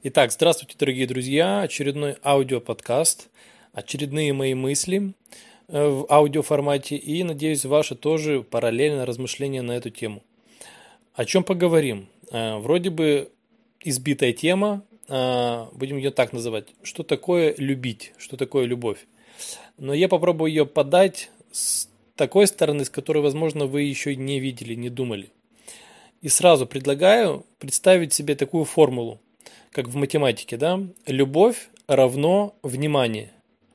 Итак, здравствуйте, дорогие друзья. Очередной аудиоподкаст, очередные мои мысли в аудиоформате и, надеюсь, ваши тоже параллельно размышления на эту тему. О чем поговорим? Вроде бы избитая тема, будем ее так называть. Что такое любить? Что такое любовь? Но я попробую ее подать с такой стороны, с которой, возможно, вы еще не видели, не думали. И сразу предлагаю представить себе такую формулу, как в математике, да? Любовь равно внимание,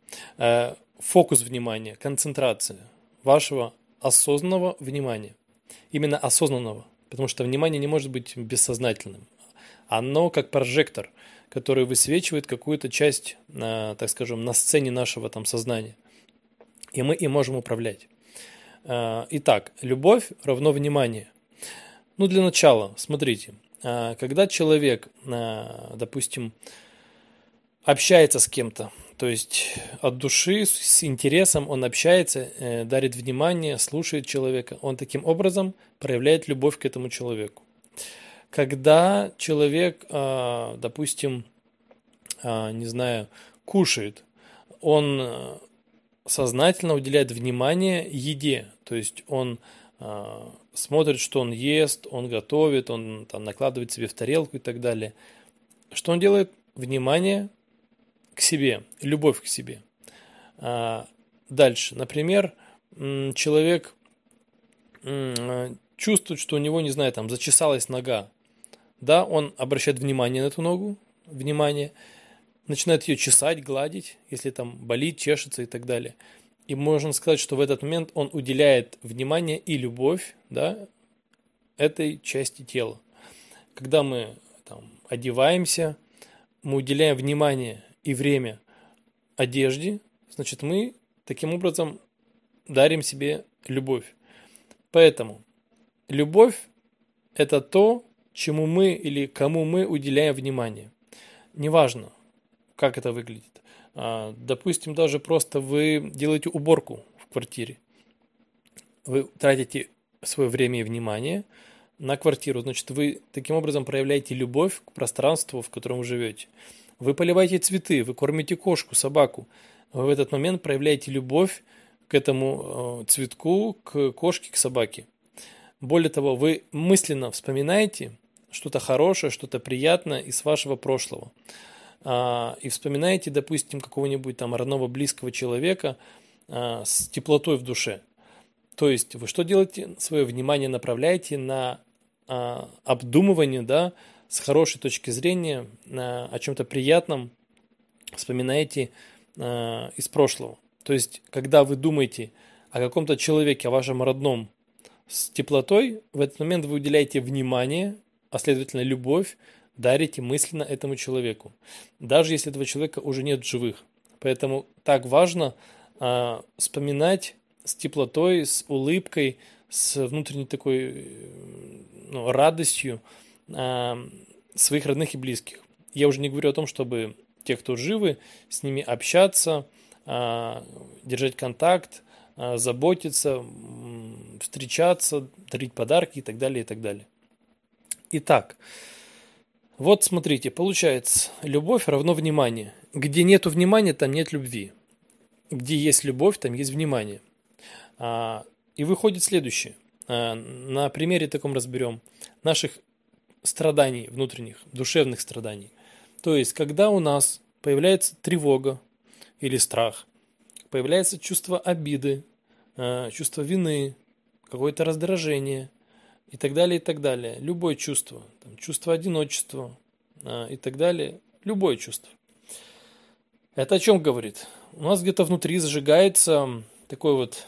фокус внимания, концентрация вашего осознанного внимания. Именно осознанного, потому что внимание не может быть бессознательным. Оно как прожектор, который высвечивает какую-то часть, так скажем, на сцене нашего там сознания. И мы им можем управлять. Итак, любовь равно внимание. Ну, для начала, смотрите. Когда человек, допустим, общается с кем-то, то есть от души, с интересом он общается, дарит внимание, слушает человека, он таким образом проявляет любовь к этому человеку. Когда человек, допустим, не знаю, кушает, он сознательно уделяет внимание еде, то есть он смотрит, что он ест, он готовит, он там накладывает себе в тарелку и так далее. Что он делает? Внимание к себе, любовь к себе. Дальше, например, человек чувствует, что у него, не знаю, там зачесалась нога. Да, он обращает внимание на эту ногу, начинает ее чесать, гладить, если там болит, чешется и так далее. И можно сказать, что в этот момент он уделяет внимание и любовь, да, этой части тела. Когда мы там одеваемся, мы уделяем внимание и время одежде, значит, мы таким образом дарим себе любовь. Поэтому любовь – это то, чему мы или кому мы уделяем внимание. Неважно, как это выглядит. Допустим, даже просто вы делаете уборку в квартире. Вы тратите свое время и внимание на квартиру. Значит, вы таким образом проявляете любовь к пространству, в котором вы живете. Вы поливаете цветы, вы кормите кошку, собаку. Вы в этот момент проявляете любовь к этому цветку, к кошке, к собаке. Более того, вы мысленно вспоминаете что-то хорошее, что-то приятное из вашего прошлого. И вспоминаете, допустим, какого-нибудь там родного, близкого человека с теплотой в душе. То есть вы что делаете? Свое внимание направляете на обдумывание, да, с хорошей точки зрения, о чем-то приятном вспоминаете из прошлого. То есть, когда вы думаете о каком-то человеке, о вашем родном с теплотой, в этот момент вы уделяете внимание, а следовательно любовь, дарите мысленно этому человеку, даже если этого человека уже нет в живых. Поэтому так важно вспоминать с теплотой, с улыбкой, с внутренней такой радостью своих родных и близких. Я уже не говорю о том, чтобы те, кто живы, с ними общаться, держать контакт, заботиться, встречаться, дарить подарки и так далее, и так далее. Итак, вот смотрите, получается, любовь равно внимание. Где нету внимания, там нет любви. Где есть любовь, там есть внимание. И выходит следующее. На примере таком разберем наших страданий внутренних, душевных страданий. То есть, когда у нас появляется тревога или страх, появляется чувство обиды, чувство вины, какое-то раздражение и так далее, и так далее. Любое чувство, чувство одиночества и так далее, любое чувство. Это о чем говорит? У нас где-то внутри зажигается такой вот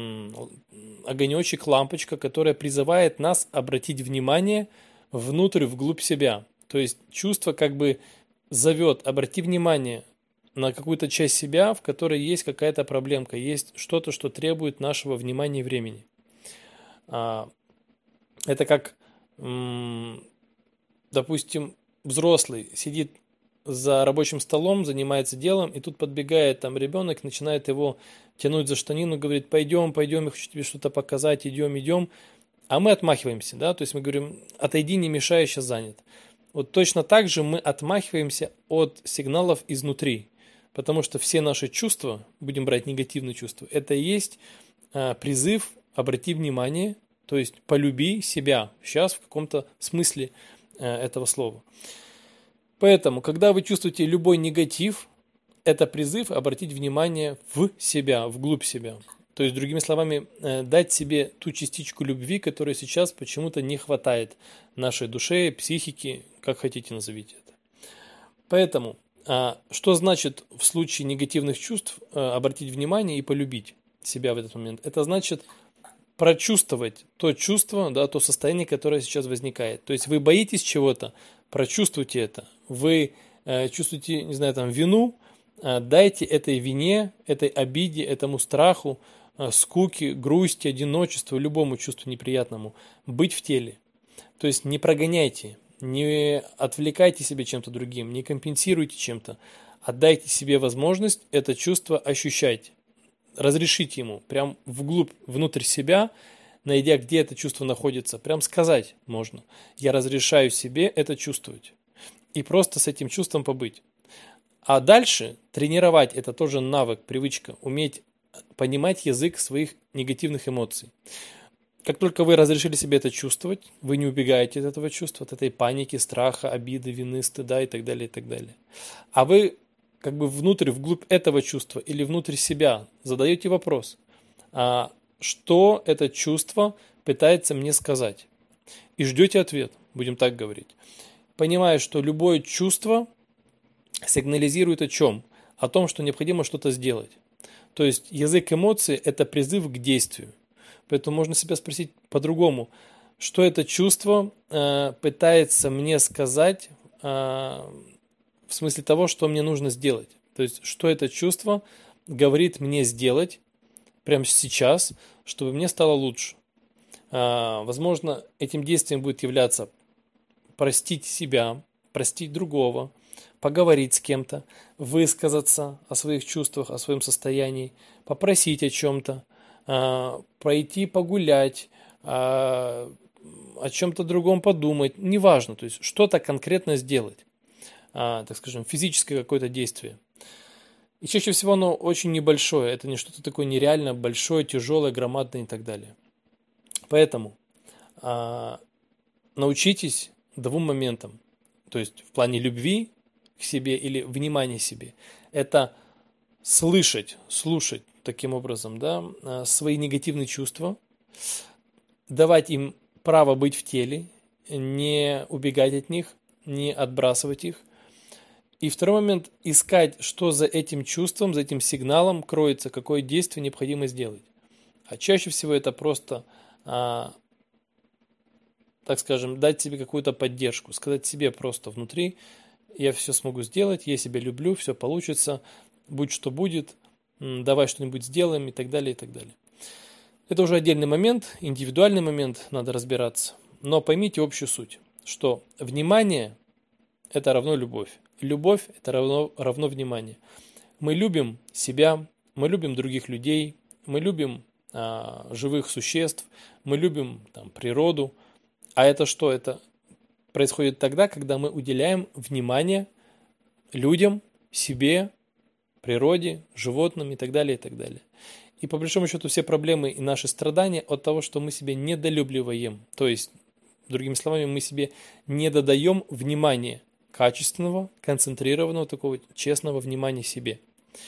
огонечек, лампочка, которая призывает нас обратить внимание внутрь, вглубь себя. То есть чувство как бы зовет, обрати внимание на какую-то часть себя, в которой есть какая-то проблемка, есть что-то, что требует нашего внимания и времени. Это как, допустим, взрослый сидит за рабочим столом, занимается делом, и тут подбегает там ребенок, начинает его тянуть за штанину, говорит, пойдем, я хочу тебе что-то показать, идем. А мы отмахиваемся, да, то есть мы говорим, отойди, не мешай, я сейчас занят. Вот точно так же мы отмахиваемся от сигналов изнутри, потому что все наши чувства, будем брать негативные чувства, это и есть призыв «обрати внимание», то есть «полюби себя» сейчас в каком-то смысле этого слова. Поэтому, когда вы чувствуете любой негатив, это призыв обратить внимание в себя, вглубь себя. То есть, другими словами, дать себе ту частичку любви, которой сейчас почему-то не хватает нашей душе, психике, как хотите назовите это. Поэтому, что значит в случае негативных чувств обратить внимание и полюбить себя в этот момент? Это значит прочувствовать то чувство, да, то состояние, которое сейчас возникает. То есть вы боитесь чего-то, прочувствуйте это. Вы чувствуете, не знаю, там, вину, дайте этой вине, этой обиде, этому страху, скуке, грусти, одиночеству, любому чувству неприятному быть в теле. То есть не прогоняйте, не отвлекайте себя чем-то другим, не компенсируйте чем-то. Отдайте себе возможность это чувство ощущать. Разрешите ему прям вглубь, внутрь себя, найдя, где это чувство находится, прям сказать можно. Я разрешаю себе это чувствовать. И просто с этим чувством побыть. А дальше тренировать, это тоже навык, привычка, уметь понимать язык своих негативных эмоций. Как только вы разрешили себе это чувствовать, вы не убегаете от этого чувства, от этой паники, страха, обиды, вины, стыда и так далее, и так далее. А вы как бы внутрь, вглубь этого чувства или внутрь себя задаете вопрос, что это чувство пытается мне сказать. И ждете ответ, будем так говорить. Понимая, что любое чувство сигнализирует о чем? О том, что необходимо что-то сделать. То есть язык эмоций – это призыв к действию. Поэтому можно себя спросить по-другому, что это чувство пытается мне сказать в смысле того, что мне нужно сделать. То есть что это чувство говорит мне сделать прямо сейчас, чтобы мне стало лучше. Возможно, этим действием будет являться простить себя, простить другого, поговорить с кем-то, высказаться о своих чувствах, о своем состоянии, попросить о чем-то, пойти погулять, о чем-то другом подумать, неважно, то есть что-то конкретно сделать, так скажем, физическое какое-то действие. И чаще всего оно очень небольшое, это не что-то такое нереально большое, тяжелое, громадное и так далее. Поэтому научитесь двум моментам, то есть в плане любви к себе или внимания себе. Это слышать, слушать таким образом, да, свои негативные чувства, давать им право быть в теле, не убегать от них, не отбрасывать их. И второй момент – искать, что за этим чувством, за этим сигналом кроется, какое действие необходимо сделать. А чаще всего это просто, так скажем, дать себе какую-то поддержку, сказать себе просто внутри: я все смогу сделать, я себя люблю, все получится, будь что будет, давай что-нибудь сделаем и так далее, и так далее. Это уже отдельный момент, индивидуальный момент, надо разбираться. Но поймите общую суть, что внимание – это равно любовь. Любовь – это равно внимание. Мы любим себя, мы любим других людей, мы любим живых существ, мы любим природу. А это что? Это происходит тогда, когда мы уделяем внимание людям, себе, природе, животным и так далее, и так далее. И по большому счету все проблемы и наши страдания от того, что мы себя недолюбливаем. То есть, другими словами, мы себе не додаем внимания, качественного, концентрированного, такого честного внимания себе.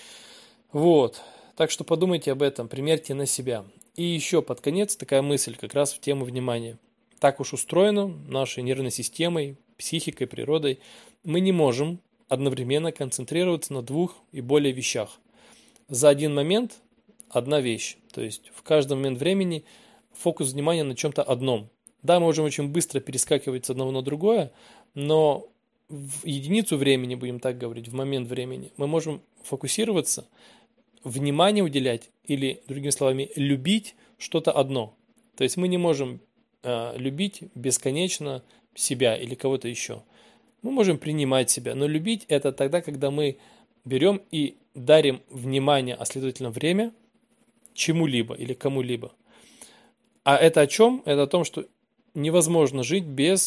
Вот. Так что подумайте об этом, примерьте на себя. И еще под конец такая мысль как раз в тему внимания. Так уж устроено нашей нервной системой, психикой, природой. Мы не можем одновременно концентрироваться на двух и более вещах. За один момент одна вещь. То есть в каждый момент времени фокус внимания на чем-то одном. Да, мы можем очень быстро перескакивать с одного на другое, но в единицу времени, будем так говорить, в момент времени, мы можем фокусироваться, внимание уделять или, другими словами, любить что-то одно. То есть мы не можем любить бесконечно себя или кого-то еще. Мы можем принимать себя, но любить это тогда, когда мы берем и дарим внимание, а следовательно время чему-либо или кому-либо. А это о чем? Это о том, что невозможно жить без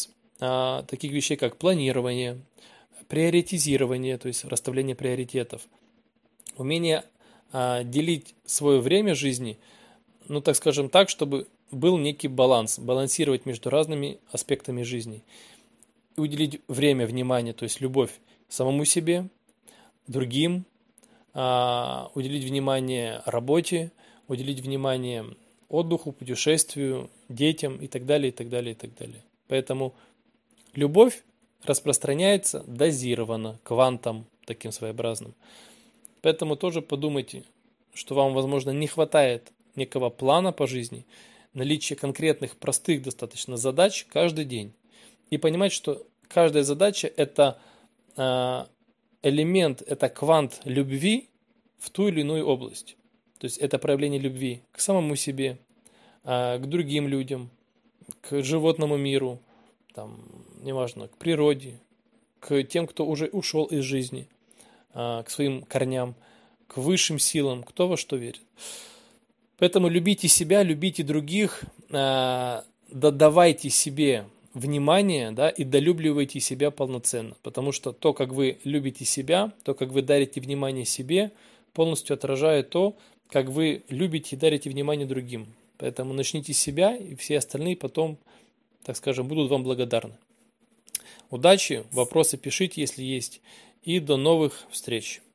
таких вещей, как планирование, приоритизирование, то есть расставление приоритетов, умение делить свое время жизни, ну, так скажем так, чтобы был некий баланс, балансировать между разными аспектами жизни. И уделить время, внимание, то есть любовь самому себе, другим, уделить внимание работе, уделить внимание отдыху, путешествию, детям и так далее, и так далее, и так далее. Поэтому любовь распространяется дозированно, квантом таким своеобразным. Поэтому тоже подумайте, что вам, возможно, не хватает некого плана по жизни, наличия конкретных, простых достаточно задач каждый день. И понимать, что каждая задача – это элемент, это квант любви в ту или иную область. То есть это проявление любви к самому себе, к другим людям, к животному миру, там, неважно, к природе, к тем, кто уже ушел из жизни, к своим корням, к высшим силам, кто во что верит. Поэтому любите себя, любите других, давайте себе внимание, да, и долюбливайте себя полноценно. Потому что то, как вы любите себя, то, как вы дарите внимание себе, полностью отражает то, как вы любите и дарите внимание другим. Поэтому начните с себя, и все остальные потом, так скажем, будут вам благодарны. Удачи, вопросы пишите, если есть, и до новых встреч.